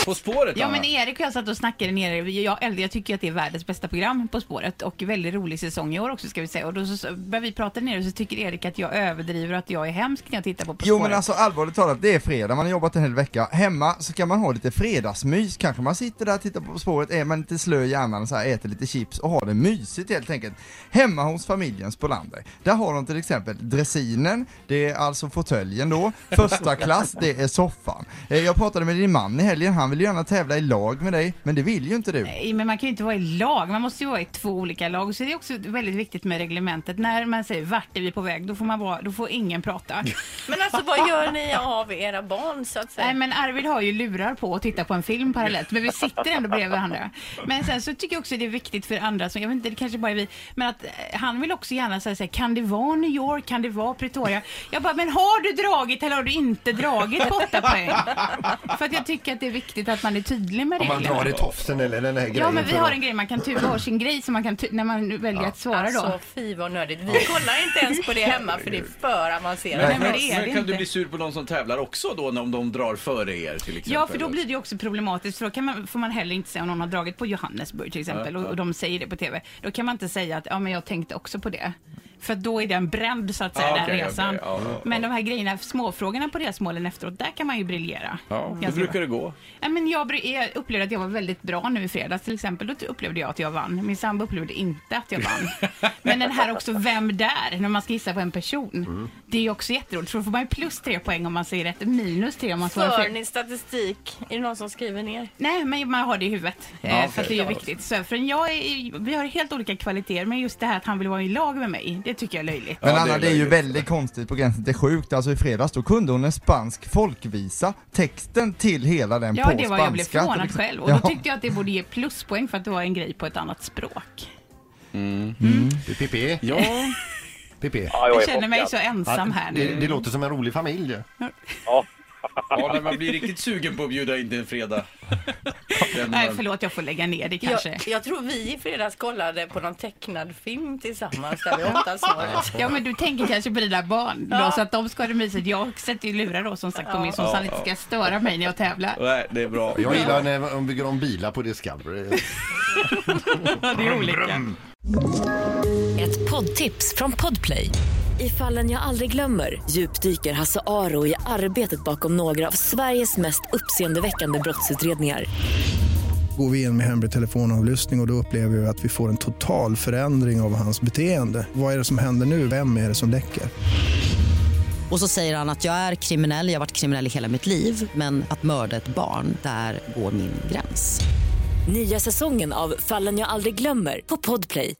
På spåret, Ja, men Erik och jag satt och snackade nere. Jag tycker att det är världens bästa program, På spåret, och väldigt rolig säsong i år också, ska vi säga. Och då så började vi prata nere, så tycker Erik att jag överdriver och att jag är hemsk när jag tittar på spåret. Jo, men alltså allvarligt talat, det är fredag, man har jobbat en hel vecka. Hemma så kan man ha lite fredagsmys. Kanske man sitter där och tittar på spåret, är man lite slö i hjärnan och så här, äter lite chips och har det mysigt helt enkelt. Hemma hos familjen Spolander. Där har de till exempel dressinen, det är alltså fåtöljen då. Första klass, det är soffan. Jag pratade med din man i helgen, han vill gärna tävla i lag med dig, men det vill ju inte du. Nej, men man kan ju inte vara i lag, man måste ju vara i 2 olika lag. Så det är också väldigt viktigt med reglementet. När man säger vart är vi på väg, då får ingen prata. Men alltså, vad gör ni av era barn, så att säga? Nej, men Arvid har ju lurar på att titta på en film parallellt, men vi sitter ändå bredvid varandra. Men sen så tycker jag också det är viktigt för andra, så jag vet inte, det kanske bara är vi, men att han vill också gärna säga, kan det vara New York, kan det vara Pretoria? Jag bara, men har du dragit eller har du inte dragit på 8 poäng? För att jag tycker att det är viktigt att man är tydlig med reglerna. Om man drar i tofsen eller den här grejen. Ja, men vi har en grej, man kan ha sin grej som man kan när man väljer att svara då. Alltså, fy vad nördigt. Vi kollar inte ens på det hemma för det är för avancerat. Men kan du bli sur på någon som tävlar också då, om de drar före er till exempel? Ja, för då blir det ju också problematiskt, för då får man heller inte säga om någon har dragit på Johannesburg till exempel, och de säger det på tv. Då kan man inte säga att men jag tänkte också på det. För då är den bränd, så att säga, den resan. Men de här grejerna, småfrågorna på resmålen efteråt, där kan man ju briljera. Hur brukar det gå? Men jag upplevde att jag var väldigt bra nu i fredags till exempel. Då upplevde jag att jag vann. Min sambo upplevde inte att jag vann. Men den här också, vem där? När man ska gissa på en person. Det är ju också jätteroligt. Så då får man ju plus 3 poäng om man säger rätt, minus 3 om man svarar fel. För ni statistik? Är det någon som skriver ner? Nej, men man har det i huvudet. För att det är viktigt. Så för vi har helt olika kvaliteter, men just det här att han vill vara i lag med mig, det tycker jag är löjligt. Men Anna, det är ju väldigt konstigt på gränsen till sjukt. Alltså i fredags då kunde hon en spansk folkvisa, texten till hela den på spanska. Ja, det var jag blev förvånad själv. Och då tyckte jag att det borde ge pluspoäng för att det var en grej på ett annat språk. Pippi. Ja. Pippi. Jag känner mig så ensam här nu. Det låter som en rolig familj. Ja, när man blir riktigt sugen på att bjuda in till en fredag. Nej, förlåt, jag får lägga ner det kanske. Jag tror vi i fredags kollade på någon tecknad film tillsammans där vi 8 svaret. Ja, men du tänker kanske på dina barn då, så att de ska ha det mysigt. Jag sätter ju lurar då, som sagt, på mig, som inte ska störa mig när jag tävlar. Nej, det är bra. Jag gillar när de bygger om bilar på Discovery. Det är olika. Ett poddtips från Podplay. I Fallen jag aldrig glömmer djupdyker Hasse Aro i arbetet bakom några av Sveriges mest uppseendeväckande brottsutredningar. Går vi in med hemlig telefonavlyssning och då upplever vi att vi får en total förändring av hans beteende. Vad är det som händer nu? Vem är det som läcker? Och så säger han att jag är kriminell, jag har varit kriminell i hela mitt liv. Men att mörda ett barn, där går min gräns. Nya säsongen av Fallen jag aldrig glömmer på Podplay.